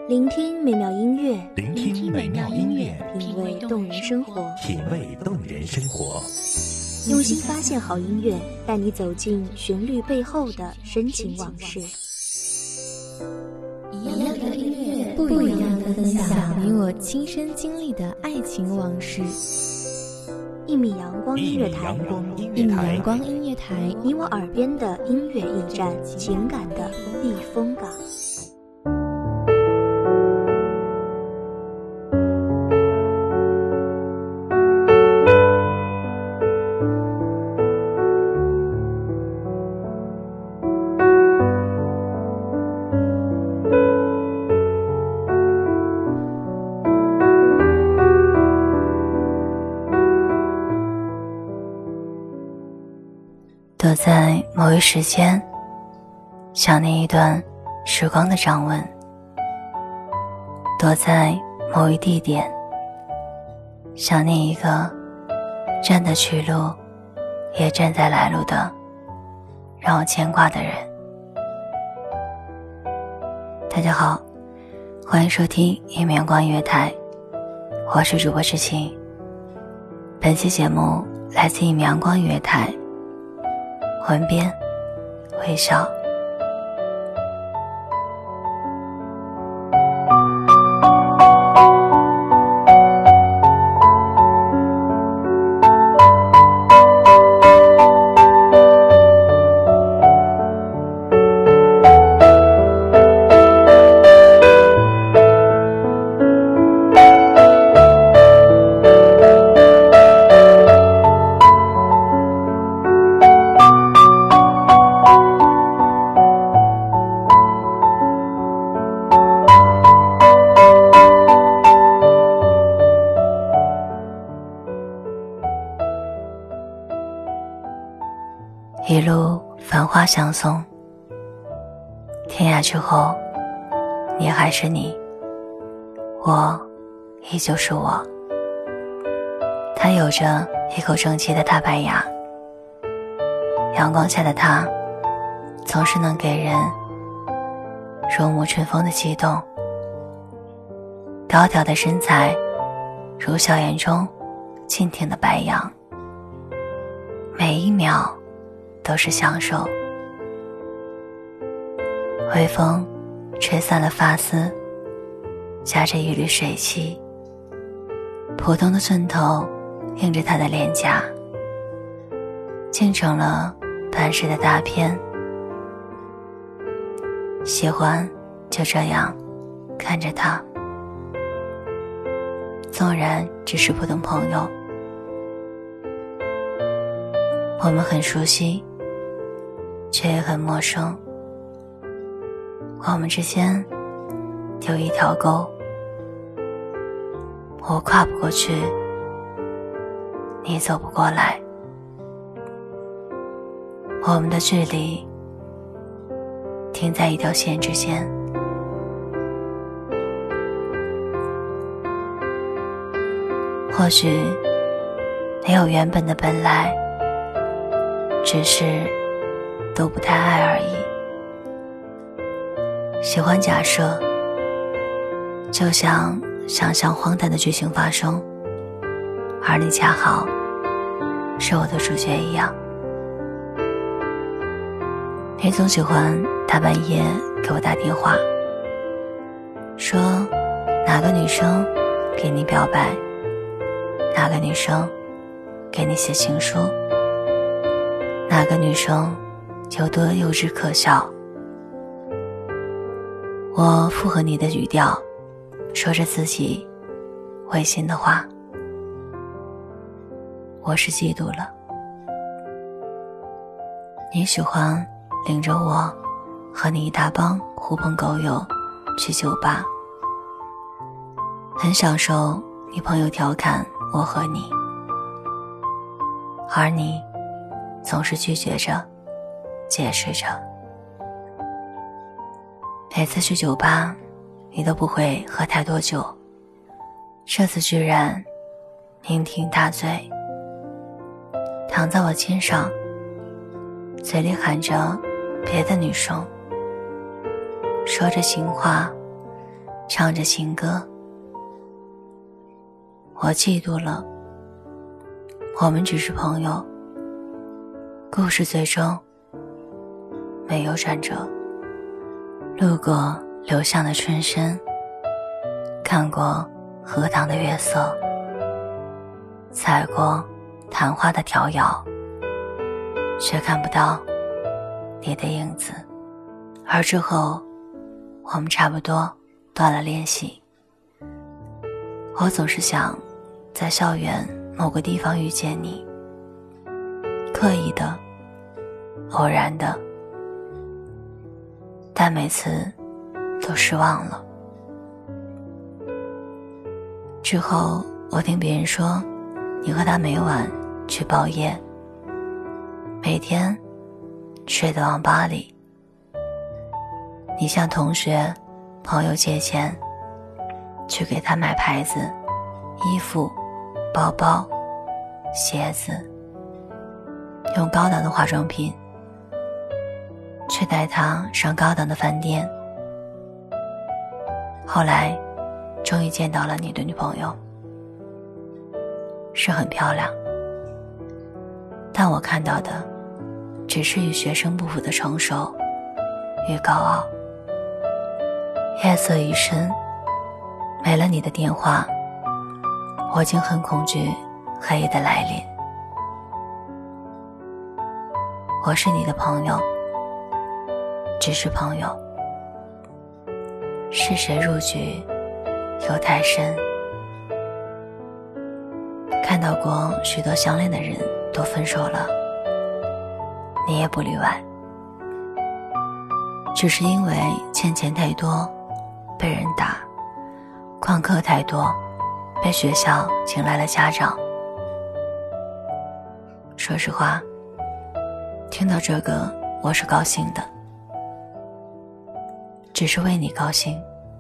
聆听美妙音乐， 品味动人生活。 用心发现好音乐，带你走进旋律背后的深情往事。 一样的音乐，不一样的分享，你我亲身经历的爱情往事。 一米阳光音乐台，你我耳边的音乐驿站，情感的避风港。 躲在某一时间，想念一段时光的掌纹；躲在某一地点，想念一个站在去路也站在来路的让我牵挂的人。大家好，欢迎收听一米阳光音乐台，我是主播知青。本期节目来自一米阳光音乐台，文编微笑。一路繁花相送，天涯之后，你还是你，我依旧是我。他有着一口正气的大白牙，阳光下的他总是能给人如沐春风的激动。高挑的身材如笑颜中静听的白杨，每一秒都是享受。微风吹散了发丝，夹着一缕水汽，普通的寸头映着他的脸颊，竟成了半世的大片。喜欢就这样看着他，纵然只是普通朋友，我们很熟悉，却也很陌生。我们之间有一条沟，我跨不过去，你走不过来。我们的距离停在一条线之间。或许没有原本的本来，只是都不太爱而已。喜欢假设，就像想象荒诞的剧情发生，而你恰好是我的主角一样。你总喜欢大半夜给我打电话，说哪个女生给你表白，哪个女生给你写情书，哪个女生有多幼稚可笑。我附和你的语调，说着自己违心的话。我是嫉妒了。你喜欢领着我和你一大帮狐朋狗友去酒吧，很享受你朋友调侃我和你，而你总是拒绝着，解释着。每次去酒吧，你都不会喝太多酒，这次居然酩酊大醉，躺在我肩上，嘴里喊着别的女生，说着情话， 唱着情歌。我嫉妒了，我们只是朋友。故事最终没有转折。路过流向的春深，看过荷塘的月色，踩过昙花的迢遥，却看不到你的影子。而之后我们差不多断了联系。我总是想在校园某个地方遇见你，刻意的，偶然的，但每次都失望了。之后我听别人说，你和他每晚去包夜，每天睡在网吧里。你向同学朋友借钱，去给他买牌子、衣服、包包、鞋子，用高档的化妆品，去带他上高档的饭店。后来终于见到了你的女朋友，是很漂亮，但我看到的只是与学生不符的成熟与高傲。夜色已深，没了你的电话，我竟很恐惧黑夜的来临。我是你的朋友，只是朋友，是谁入局又太深。看到过许多相恋的人都分手了，你也不例外。只是因为欠钱太多被人打，旷课太多被学校请来了家长。说实话，听到这个我是高兴的，只是为你高兴。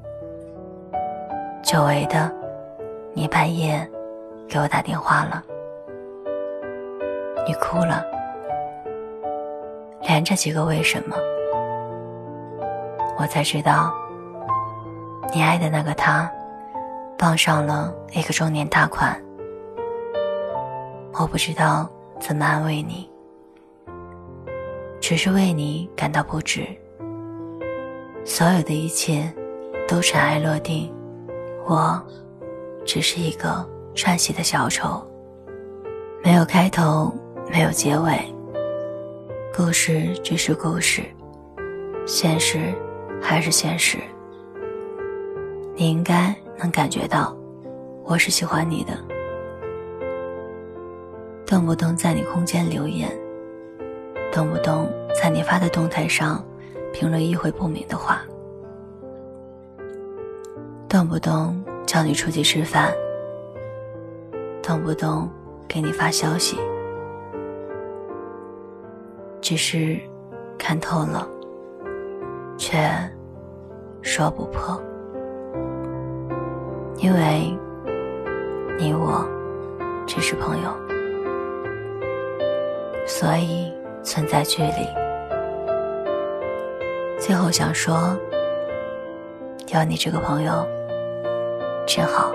久违的，你半夜给我打电话了，你哭了，连着几个为什么，我才知道你爱的那个他傍上了一个中年大款。我不知道怎么安慰你，只是为你感到不值。所有的一切都尘埃落定，我只是一个串戏的小丑，没有开头，没有结尾，故事只是故事，现实还是现实。你应该能感觉到我是喜欢你的，动不动在你空间留言，动不动在你发的动态上评论意会不明的话，动不动叫你出去吃饭，动不动给你发消息，只是看透了，却说不破。因为你我只是朋友，所以存在距离。最后想说，有你这个朋友真好。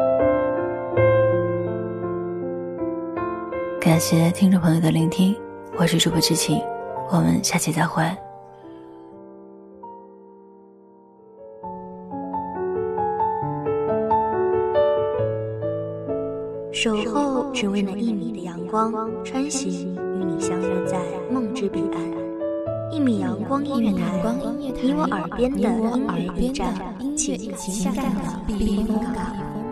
感谢听众朋友的聆听， 我是主播知青，我们下期再会。 守候只为那1米的阳光，穿行与你相约在梦之彼岸。1米阳光音乐台，你我耳边的音乐驿站，情感的避风港。